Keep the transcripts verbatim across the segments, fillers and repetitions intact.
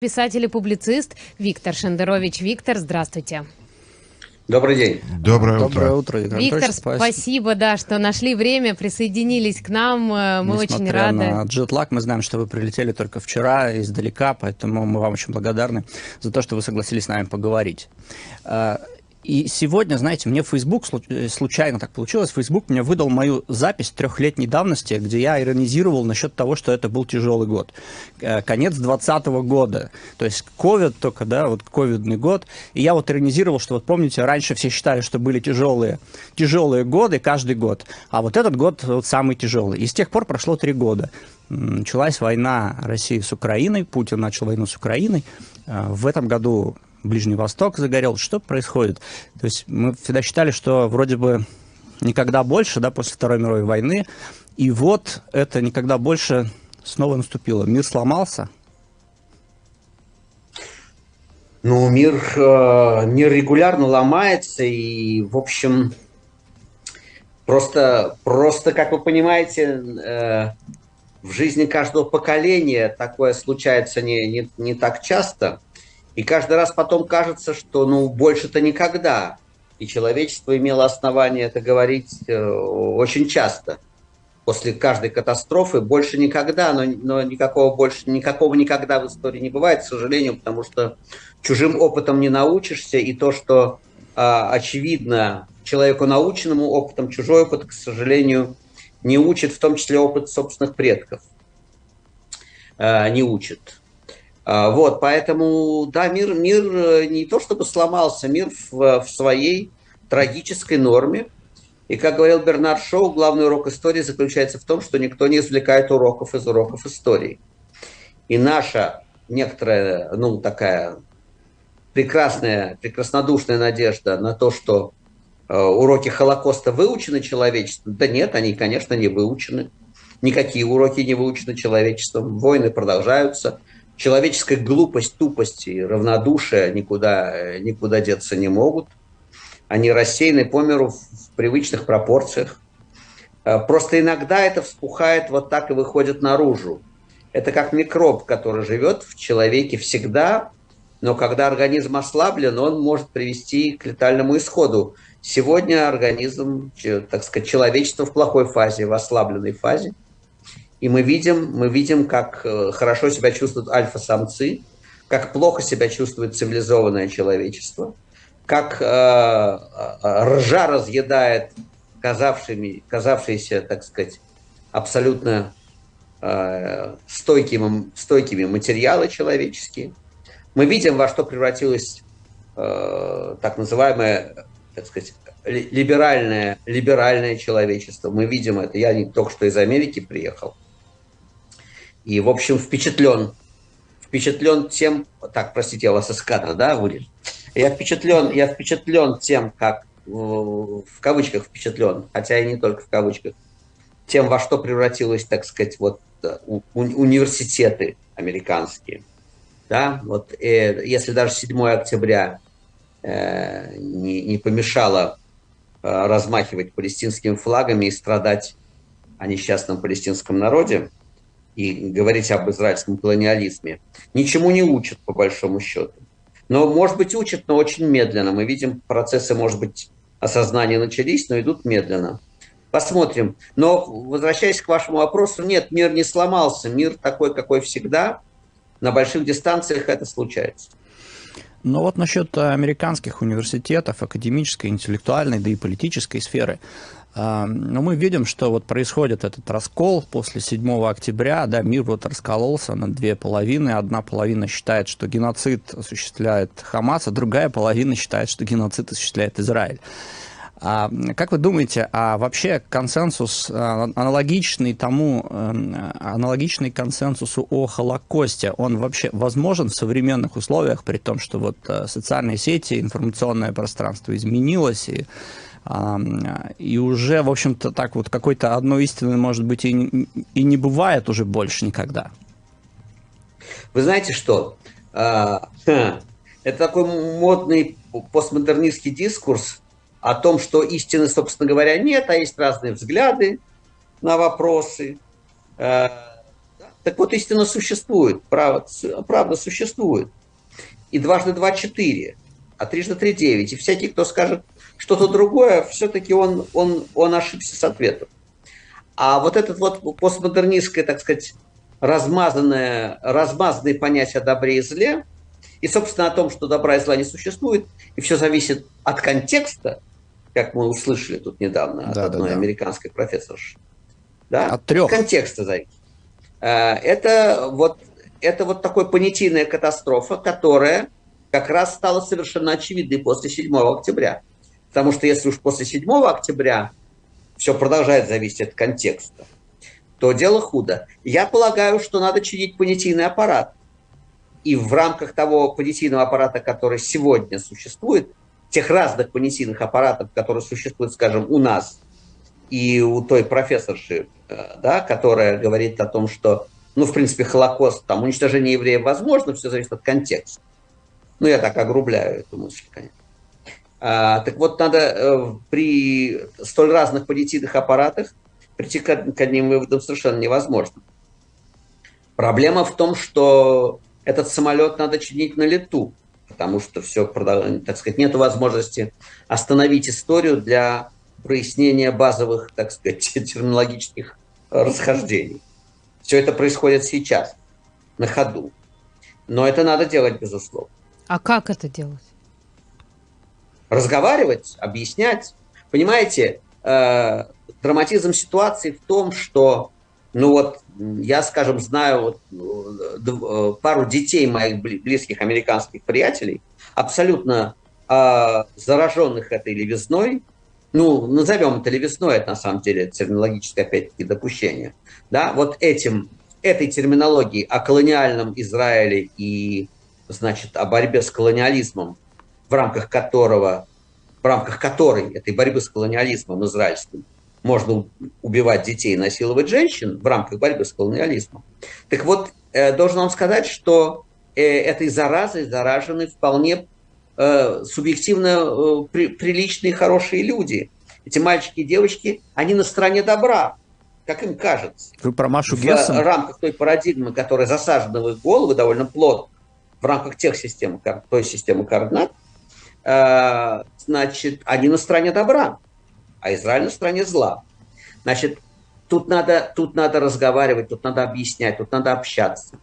Писатель и публицист Виктор Шендерович. Виктор, здравствуйте. Добрый день. Доброе утро. Доброе утро, Игорь Виктор, Анатольевич, спасибо, да, что нашли время, присоединились к нам. Мы Несмотря очень рады. на джетлаг, мы знаем, что вы прилетели только вчера издалека, поэтому мы вам очень благодарны за то, что вы согласились с нами поговорить. И сегодня, знаете, мне Facebook, случайно так получилось, Facebook мне выдал мою запись трехлетней давности, где я иронизировал насчет того, что это был тяжелый год. Конец двадцатого года, то есть ковид только, да, вот ковидный год. И я вот иронизировал, что вот помните, раньше все считали, что были тяжелые, тяжелые годы каждый год, а вот этот год вот самый тяжелый. И с тех пор прошло три года. Началась война России с Украиной, Путин начал войну с Украиной. В этом году Ближний Восток загорел. Что происходит? То есть мы всегда считали, что вроде бы никогда больше, да, после Второй мировой войны, и вот это никогда больше снова наступило. Мир сломался? Ну, мир, э, мир регулярно ломается, и, в общем, просто, просто как вы понимаете, э, в жизни каждого поколения такое случается не, не, не так часто. И каждый раз потом кажется, что ну больше-то никогда. И человечество имело основание это говорить э, очень часто. После каждой катастрофы больше никогда, но, но никакого больше, никакого никогда в истории не бывает, к сожалению, потому что чужим опытом не научишься, и то, что э, очевидно человеку наученному опытом, чужой опыт, к сожалению, не учит, в том числе опыт собственных предков э, не учит. Вот, поэтому, да, мир, мир не то чтобы сломался, мир в, в своей трагической норме. И, как говорил Бернард Шоу, главный урок истории заключается в том, что никто не извлекает уроков из уроков истории. И наша некоторая, ну, такая прекрасная, прекраснодушная надежда на то, что э, уроки Холокоста выучены человечеством, да нет, они, конечно, не выучены. Никакие уроки не выучены человечеством. Войны продолжаются. Человеческая глупость, тупость и равнодушие никуда, никуда деться не могут. Они рассеяны по миру в, в привычных пропорциях. Просто иногда это вспухает вот так и выходит наружу. Это как микроб, который живет в человеке всегда, но когда организм ослаблен, он может привести к летальному исходу. Сегодня организм, так сказать, человечество в плохой фазе, в ослабленной фазе. И мы видим, мы видим, как хорошо себя чувствуют альфа-самцы, как плохо себя чувствует цивилизованное человечество, как э, ржа разъедает казавшими, казавшиеся, так сказать, абсолютно э, стойкими, стойкими материалы человеческие. Мы видим, во что превратилось э, так называемое, так сказать, либеральное, либеральное человечество. Мы видим это. Я не только что из Америки приехал. И, в общем, впечатлен, впечатлен тем, так, простите, я вас из кадра, да, вылез? Я впечатлен, я впечатлен тем, как, в кавычках впечатлен, хотя и не только в кавычках, тем, во что превратилось, так сказать, вот у, университеты американские, да, вот, э, если даже седьмое октября э, не, не помешало э, размахивать палестинскими флагами и страдать о несчастном палестинском народе, и говорить об израильском колониализме, ничему не учат, по большому счету. Но, может быть, учат, но очень медленно. Мы видим, процессы, может быть, осознания начались, но идут медленно. Посмотрим. Но, возвращаясь к вашему вопросу, нет, мир не сломался. Мир такой, какой всегда. На больших дистанциях это случается. Но вот насчет американских университетов, академической, интеллектуальной, да и политической сферы. Но мы видим, что вот происходит этот раскол после седьмого октября, да, мир вот раскололся на две половины. Одна половина считает, что геноцид осуществляет Хамас, а другая половина считает, что геноцид осуществляет Израиль. А как вы думаете, а вообще консенсус, аналогичный тому, аналогичный консенсусу о Холокосте, он вообще возможен в современных условиях, при том, что вот социальные сети, информационное пространство изменилось, и И уже, в общем-то, так вот какой-то одной истины, может быть, и не, и не бывает уже больше никогда? Вы знаете что? Это такой модный постмодернистский дискурс о том, что истины, собственно говоря, нет, а есть разные взгляды на вопросы. Так вот, истина существует, правда, правда существует. И дважды два – четыре, а трижды три – девять. И всякий, кто скажет что-то другое, все-таки он, он, он ошибся с ответом. А вот этот вот постмодернистское, так сказать, размазанное, размазанные понятия о добре и зле, и, собственно, о том, что добра и зла не существует, и все зависит от контекста, как мы услышали тут недавно от да, одной да, да. американской профессорши. Да? От трех. Контекста зависит. Это вот, это вот такая понятийная катастрофа, которая как раз стала совершенно очевидной после седьмого октября. Потому что если уж после седьмого октября все продолжает зависеть от контекста, то дело худо. Я полагаю, что надо чинить понятийный аппарат. И в рамках того понятийного аппарата, который сегодня существует, тех разных понятийных аппаратов, которые существуют, скажем, у нас и у той профессорши, да, которая говорит о том, что, ну, в принципе, Холокост, там, уничтожение евреев возможно, все зависит от контекста. Ну, я так огрубляю эту мысль, конечно. А, так вот, надо э, при столь разных понятийных аппаратах прийти к, к одним выводам совершенно невозможно. Проблема в том, что этот самолет надо чинить на лету, потому что все, так сказать, нет возможности остановить историю для прояснения базовых, так сказать, терминологических расхождений. Все это происходит сейчас, на ходу. Но это надо делать, безусловно. А как это делать? Разговаривать, объяснять. Понимаете, э, драматизм ситуации в том, что, ну вот, я, скажем, знаю вот, пару детей моих близких американских приятелей, абсолютно э, зараженных этой левизной. Ну, назовем это левизной, это на самом деле терминологическое, опять-таки, допущение. Да, вот этим, этой терминологией о колониальном Израиле и, значит, о борьбе с колониализмом, в рамках которого, в рамках которой, этой борьбы с колониализмом израильским, можно убивать детей и насиловать женщин в рамках борьбы с колониализмом. Так вот, э, должен вам сказать, что э, этой заразой заражены вполне э, субъективно э, при, приличные, хорошие люди. Эти мальчики и девочки, они на стороне добра, как им кажется. Вы про Машу в Гессен? В рамках той парадигмы, которая засажена в их головы довольно плотно, в рамках тех систем, той системы координат, э, значит, они на стороне добра, а Израиль на стороне зла. Значит, тут надо, тут надо разговаривать, тут надо объяснять, тут надо общаться.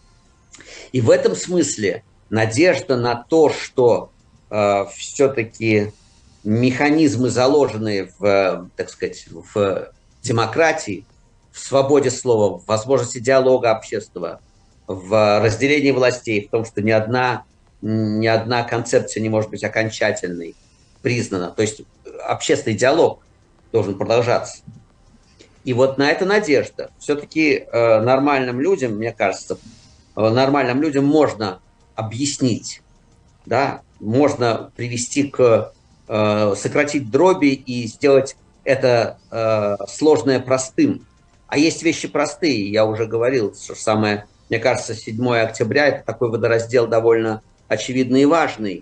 И в этом смысле надежда на то, что э, все-таки механизмы, заложенные в, так сказать, в демократии, в свободе слова, в возможности диалога общественного, в разделении властей, в том, что ни одна, ни одна концепция не может быть окончательной, признана. То есть общественный диалог должен продолжаться. И вот на это надежда. Все-таки э, нормальным людям, мне кажется, э, нормальным людям можно объяснить, да, можно привести к, э, сократить дроби и сделать это э, сложное простым. А есть вещи простые, я уже говорил, что самое, мне кажется, седьмое октября – это такой водораздел довольно очевидный и важный.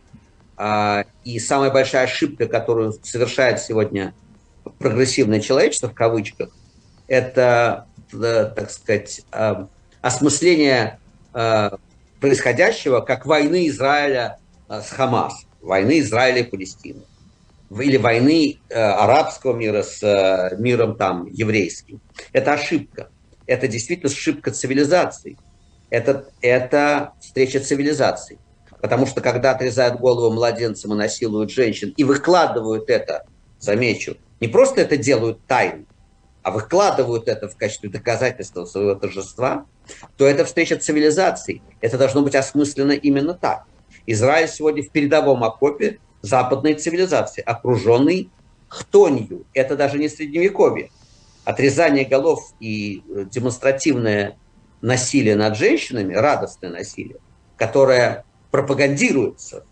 И самая большая ошибка, которую совершает сегодня прогрессивное человечество, в кавычках, это, так сказать, осмысление происходящего как войны Израиля с Хамас, войны Израиля и Палестины, или войны арабского мира с миром там еврейским. Это ошибка. Это действительно ошибка цивилизации. Это, это встреча цивилизаций. Потому что когда отрезают голову младенцам и насилуют женщин, и выкладывают это, замечу, не просто это делают тайно, а выкладывают это в качестве доказательства своего торжества, то это встреча цивилизаций. Это должно быть осмысленно именно так. Израиль сегодня в передовом окопе западной цивилизации, окруженный хтонью. Это даже не средневековье. Отрезание голов и демонстративное насилие над женщинами, радостное насилие, которое пропагандируется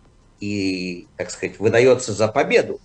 и, так сказать, выдается за победу,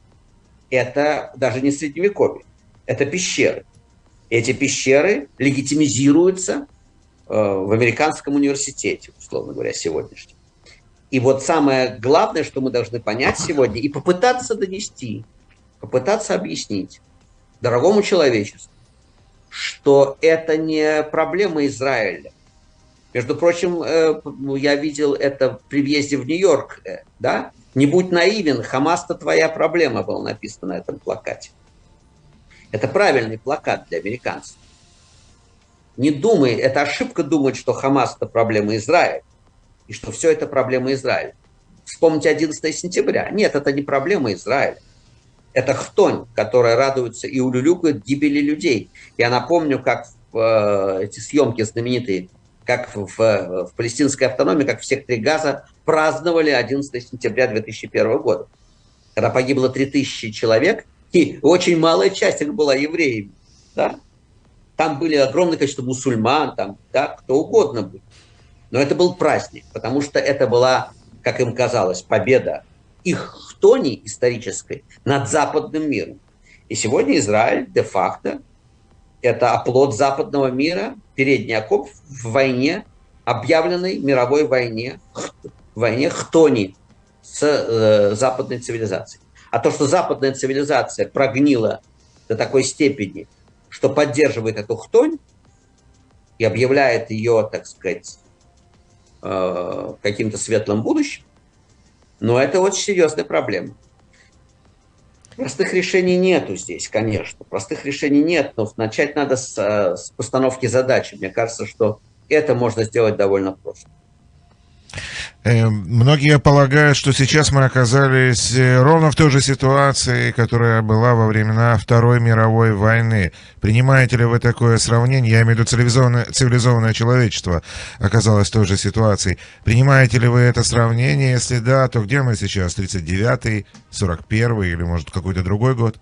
это даже не средневековье, это пещеры. Эти пещеры легитимизируются э, в американском университете, условно говоря, сегодняшнем. И вот самое главное, что мы должны понять сегодня и попытаться донести, попытаться объяснить дорогому человечеству, что это не проблема Израиля. Между прочим, я видел это при въезде в Нью-Йорк, да? «Не будь наивен, Хамас-то твоя проблема», было написано на этом плакате. Это правильный плакат для американцев. Не думай, это ошибка думать, что Хамас – это проблема Израиля, и что все это проблема Израиля. Вспомните одиннадцатое сентября. Нет, это не проблема Израиля. Это хтонь, которая радуется и улюлюкает гибели людей. Я напомню, как в, э, эти съемки знаменитые, как в, в, в палестинской автономии, как в секторе Газа праздновали одиннадцатое сентября две тысячи первого года, когда погибло три тысячи человек, и очень малая часть их была евреями. Да? Там были огромное количество мусульман, там, да, кто угодно был. Но это был праздник, потому что это была, как им казалось, победа их хтони исторической над западным миром. И сегодня Израиль де-факто это оплот западного мира, передний окоп в войне, объявленной мировой войне, войне хтони с э, западной цивилизацией. А то, что западная цивилизация прогнила до такой степени, что поддерживает эту хтонь и объявляет ее, так сказать, э, каким-то светлым будущим, но это очень серьезная проблема. Простых решений нету здесь, конечно. Простых решений нет, но начать надо с, с постановки задачи. Мне кажется, что это можно сделать довольно просто. Многие полагают, что сейчас мы оказались ровно в той же ситуации, которая была во времена Второй мировой войны. Принимаете ли вы такое сравнение? Я имею в виду цивилизованное, цивилизованное человечество оказалось в той же ситуации. Принимаете ли вы это сравнение? Если да, то где мы сейчас? тридцать девятый, сорок первый или, может, какой-то другой год?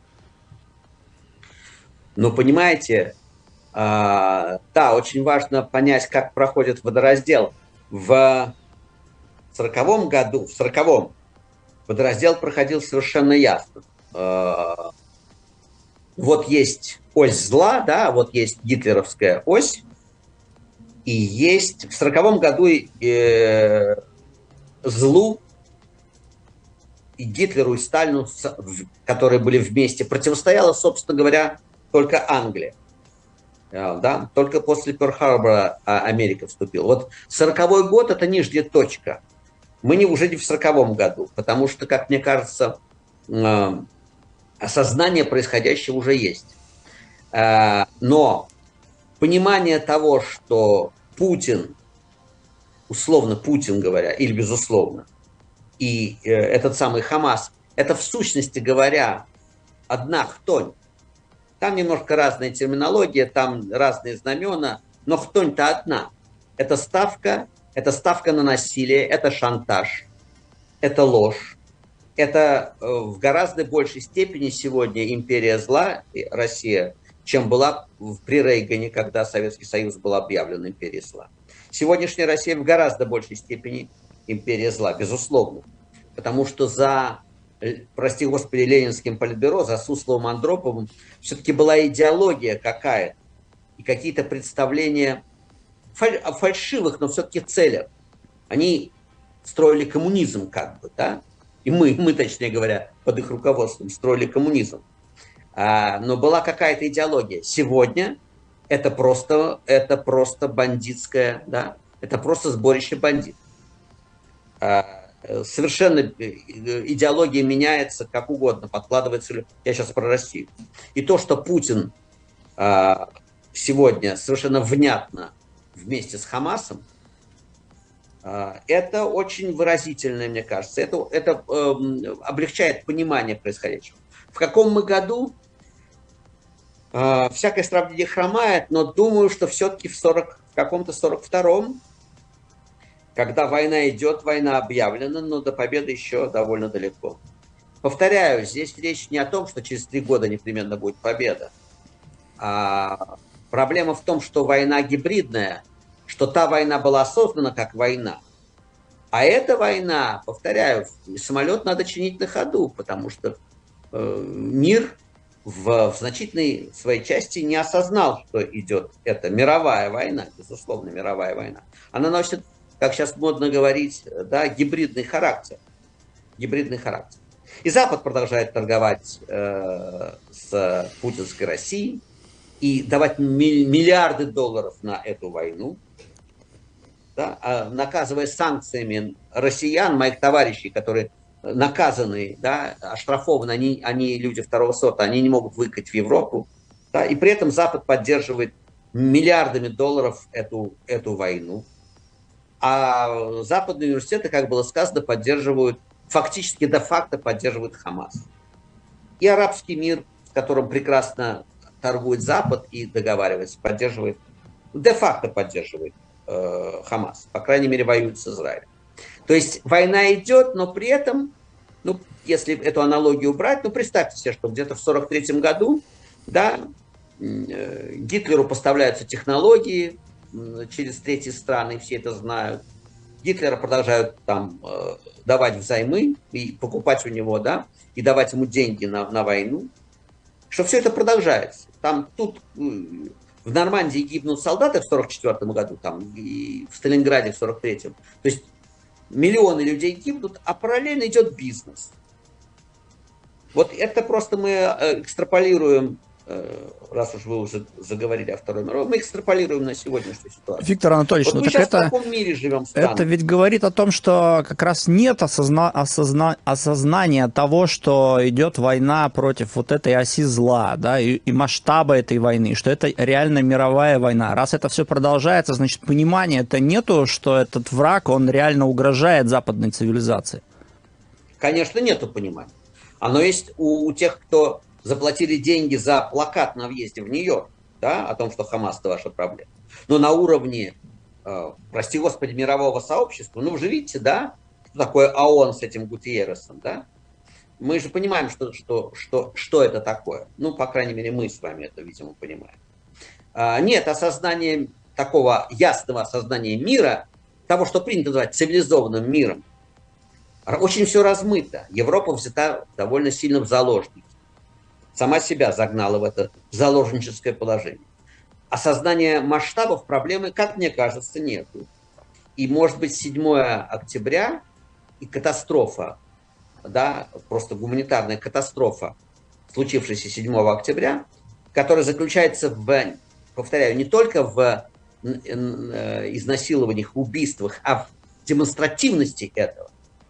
Ну, понимаете, э, да, очень важно понять, как проходит водораздел. В сороковом году, в сороковом водораздел проходил совершенно ясно. Вот есть ось зла, да, вот есть гитлеровская ось, и есть в сороковом году э, злу и Гитлеру, и Сталину, которые были вместе, противостояла, собственно говоря, только Англия. Да? Только после Пёрл-Харбора Америка вступила. Вот сороковой год – это нижняя точка. Мы не, уже не в сороковом году, потому что, как мне кажется, э, осознание происходящего уже есть. Э, но понимание того, что Путин, условно Путин говоря, или безусловно, и э, этот самый Хамас, это в сущности говоря одна хтонь. Там немножко разная терминология, там разные знамена, но хтонь-то одна. Это ставка. Это ставка на насилие, это шантаж, это ложь. Это в гораздо большей степени сегодня империя зла, Россия, чем была при Рейгане, когда Советский Союз был объявлен империей зла. Сегодняшняя Россия в гораздо большей степени империя зла, безусловно. Потому что за, прости господи, ленинским политбюро, за Сусловым, Андроповым все-таки была идеология какая-то и какие-то представления о фальшивых, но все-таки целях. Они строили коммунизм как бы, да? И мы, мы, точнее говоря, под их руководством строили коммунизм. А, но была какая-то идеология. Сегодня это просто, это просто бандитское, да? Это просто сборище бандитов. А, совершенно идеология меняется как угодно, подкладывается. Я сейчас про Россию. И то, что Путин а, сегодня совершенно внятно вместе с Хамасом, это очень выразительно, мне кажется. Это, это э, облегчает понимание происходящего. В каком мы году? Э, всякое сравнение хромает, но думаю, что все-таки в, сорок, в каком-то сорок втором, когда война идет, война объявлена, но до победы еще довольно далеко. Повторяю, здесь речь не о том, что через три года непременно будет победа. А проблема в том, что война гибридная, что та война была осознана как война. А эта война, повторяю, самолет надо чинить на ходу, потому что э, мир в, в значительной своей части не осознал, что идет эта мировая война, безусловно, мировая война. Она носит, как сейчас модно говорить, да, гибридный характер. Гибридный характер. И Запад продолжает торговать э, с путинской Россией. и давать миллиарды долларов на эту войну, да, наказывая санкциями россиян, моих товарищей, которые наказаны, да, оштрафованы, они, они люди второго сорта, они не могут выехать в Европу, да, и при этом Запад поддерживает миллиардами долларов эту, эту войну. А западные университеты, как было сказано, поддерживают, фактически де-факто поддерживают Хамас. И арабский мир, в котором прекрасно торгует Запад и договаривается, поддерживает, де-факто поддерживает э, Хамас. По крайней мере, воюет с Израилем. То есть война идет, но при этом, ну, если эту аналогию брать, ну, представьте себе, что где-то в сорок третьем году, да, э, Гитлеру поставляются технологии э, через третьи страны, все это знают. Гитлера продолжают там э, давать взаймы и покупать у него, да, и давать ему деньги на, на войну. Что все это продолжается. Там тут э, в Нормандии гибнут солдаты в сорок четвёртом году, там, и в Сталинграде в сорок третьем. То есть миллионы людей гибнут, а параллельно идет бизнес. Вот это просто мы экстраполируем, раз уж вы уже заговорили о Второй мировой, мы экстраполируем на сегодняшнюю ситуацию. Виктор Анатольевич, вот ну мы так сейчас это, в таком мире живем странно. Это ведь говорит о том, что как раз нет осозна, осозна, осознания того, что идет война против вот этой оси зла, да, и, и масштаба этой войны, что это реально мировая война. Раз это все продолжается, значит, понимания-то нету, что этот враг, он реально угрожает западной цивилизации. Конечно, нету понимания. Оно есть у, у тех, кто заплатили деньги за плакат на въезде в Нью-Йорк, да, о том, что Хамас – это ваша проблема. Но на уровне, э, прости господи, мирового сообщества, ну, вы же видите, да, что такое ООН с этим Гутиерресом, да? Мы же понимаем, что, что, что, что это такое. Ну, по крайней мере, мы с вами это, видимо, понимаем. А, нет осознания, такого ясного осознания мира, того, что принято называть цивилизованным миром, очень все размыто. Европа взята довольно сильно в заложники. Сама себя загнала в это заложническое положение. Осознания масштабов проблемы, как мне кажется, нету. И, может быть, седьмое октября и катастрофа, да, просто гуманитарная катастрофа, случившаяся седьмого октября, которая заключается в, повторяю, не только в изнасилованиях, убийствах, а в демонстративности этого.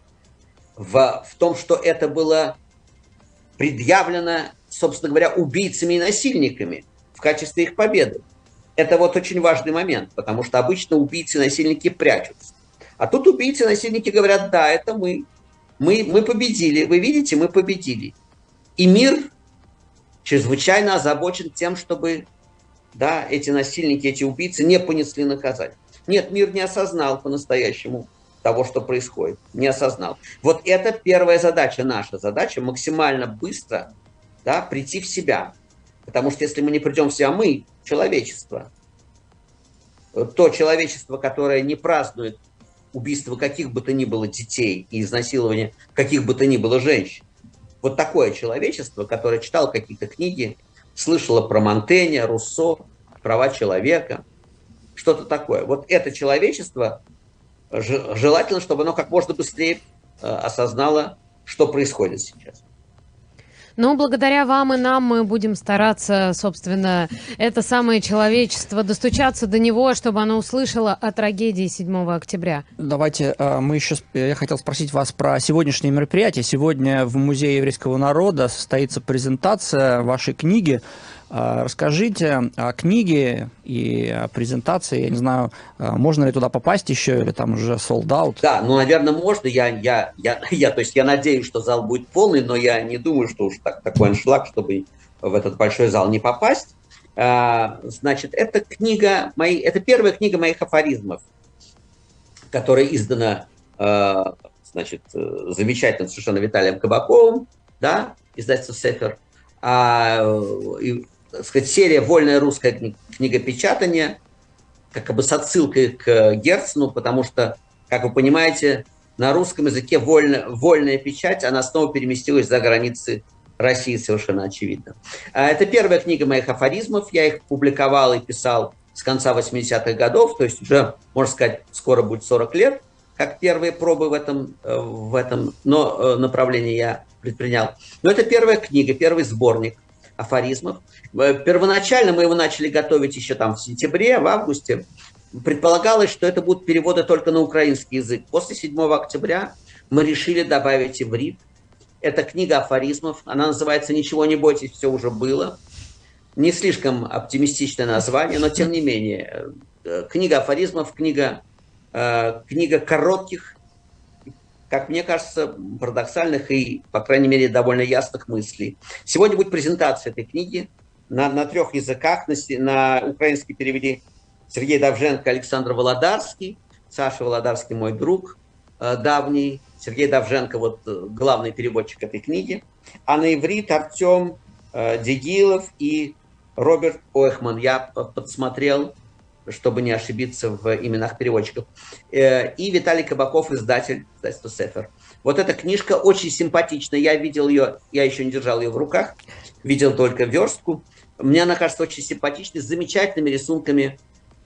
В, в том, что это было предъявлено, собственно говоря, убийцами и насильниками в качестве их победы. Это вот очень важный момент, потому что обычно убийцы и насильники прячутся. А тут убийцы и насильники говорят: да, это мы. Мы, мы победили. Вы видите, мы победили. И мир чрезвычайно озабочен тем, чтобы, да, эти насильники, эти убийцы не понесли наказание. Нет, мир не осознал по-настоящему того, что происходит. Не осознал. Вот это первая задача, наша задача, максимально быстро, да, прийти в себя. Потому что если мы не придем в себя, мы, человечество, то человечество, которое не празднует убийство каких бы то ни было детей и изнасилование каких бы то ни было женщин, вот такое человечество, которое читало какие-то книги, слышало про Монтэня, Руссо, права человека, что-то такое. Вот это человечество, желательно, чтобы оно как можно быстрее осознало, что происходит сейчас. Ну, благодаря вам и нам мы будем стараться, собственно, это самое человечество, достучаться до него, чтобы оно услышало о трагедии седьмого октября. Давайте мы еще... Я хотел спросить вас про сегодняшнее мероприятие. Сегодня в Музее еврейского народа состоится презентация вашей книги. Расскажите о книге и о презентации. Я не знаю, можно ли туда попасть еще, или там уже sold out? Да, ну, наверное, можно. Я, я, я, я, то есть я надеюсь, что зал будет полный, но я не думаю, что уж так, такой аншлаг, чтобы в этот большой зал не попасть. А, значит, это книга, мои, это первая книга моих афоризмов, которая издана, а, значит, замечательным совершенно Виталием Кабаковым, да, издательство «Сефер». А, и, так сказать, серия «Вольная русская книгопечатание», как бы с отсылкой к Герцену, потому что, как вы понимаете, на русском языке вольно, вольная печать, она снова переместилась за границы России, совершенно очевидно. Это первая книга моих афоризмов, я их публиковал и писал с конца восьмидесятых годов, то есть уже, можно сказать, скоро будет сорок лет, как первые пробы в этом, в этом но, направлении я предпринял. Но это первая книга, первый сборник. афоризмов. Первоначально мы его начали готовить еще там в сентябре, в августе. Предполагалось, что это будут переводы только на украинский язык. После седьмого октября мы решили добавить иврит. Это книга афоризмов. Она называется «Ничего не бойтесь, все уже было». Не слишком оптимистичное название, но тем не менее. Книга афоризмов, книга, э, книга коротких, как мне кажется, парадоксальных и, по крайней мере, довольно ясных мыслей. Сегодня будет презентация этой книги на, на трех языках. На, на украинский перевели Сергей Довженко, Александр Володарский. Саша Володарский мой друг э, давний. Сергей Довженко вот главный переводчик этой книги. А на иврит Артем э, Дегилов и Роберт Ойхман. Я подсмотрел, чтобы не ошибиться в именах переводчиков. И Виталий Кабаков, издатель издательства «Сефер». Вот эта книжка очень симпатичная. Я видел ее, я еще не держал ее в руках, видел только верстку. Мне она кажется очень симпатичной, с замечательными рисунками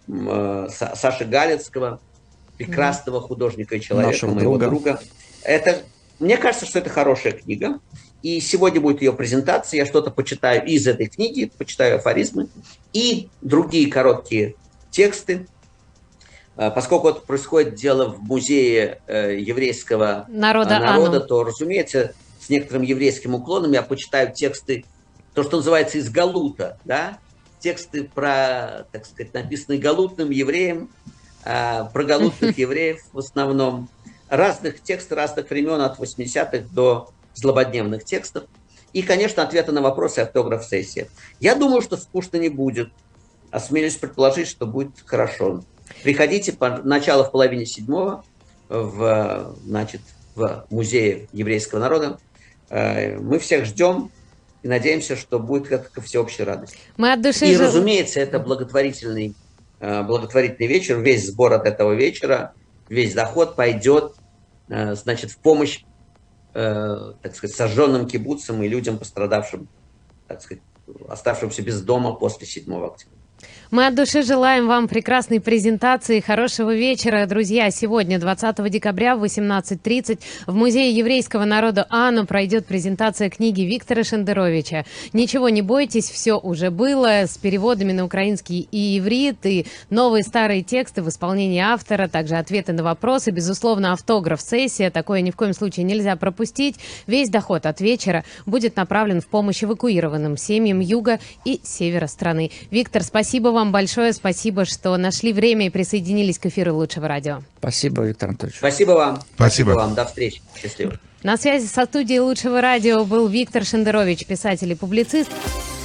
Саши Галицкого, прекрасного художника и человека, нашего моего друга. друга. Это, мне кажется, что это хорошая книга. И сегодня будет ее презентация. Я что-то почитаю из этой книги, почитаю афоризмы и другие короткие тексты. Поскольку это происходит дело в музее еврейского Народа, народа Ану. то, разумеется, с некоторым еврейским уклоном я почитаю тексты, то, что называется, из Галута, да? Тексты про, так сказать, написанные галутным евреем, про галутных евреев в основном. Разных текстов, разных времен, от восьмидесятых до злободневных текстов. И, конечно, ответы на вопросы, автограф-сессия. Я думаю, что скучно не будет. Осмелюсь предположить, что будет хорошо. Приходите по началу в половине седьмого в, значит, в музее еврейского народа. Мы всех ждем и надеемся, что будет как всеобщая радость. Мы от души И, жел- разумеется, это благотворительный, благотворительный вечер. Весь сбор от этого вечера, весь доход пойдет, значит, в помощь, так сказать, сожженным кибуцам и людям, пострадавшим, так сказать, оставшимся без дома после седьмого октября. Мы от души желаем вам прекрасной презентации, хорошего вечера. Друзья, сегодня, двадцатого декабря в восемнадцать тридцать в Музее еврейского народа Ану пройдет презентация книги Виктора Шендеровича. Ничего не бойтесь, все уже было, с переводами на украинский и иврит, и новые старые тексты в исполнении автора, также ответы на вопросы, безусловно, автограф-сессия. Такое ни в коем случае нельзя пропустить. Весь доход от вечера будет направлен в помощь эвакуированным семьям юга и севера страны. Виктор, спасибо вам большое, спасибо, что нашли время и присоединились к эфиру Лучшего радио. Спасибо, Виктор Анатольевич. Спасибо вам. Спасибо. Спасибо вам. До встречи. Счастливо. На связи со студией Лучшего радио был Виктор Шендерович, писатель и публицист.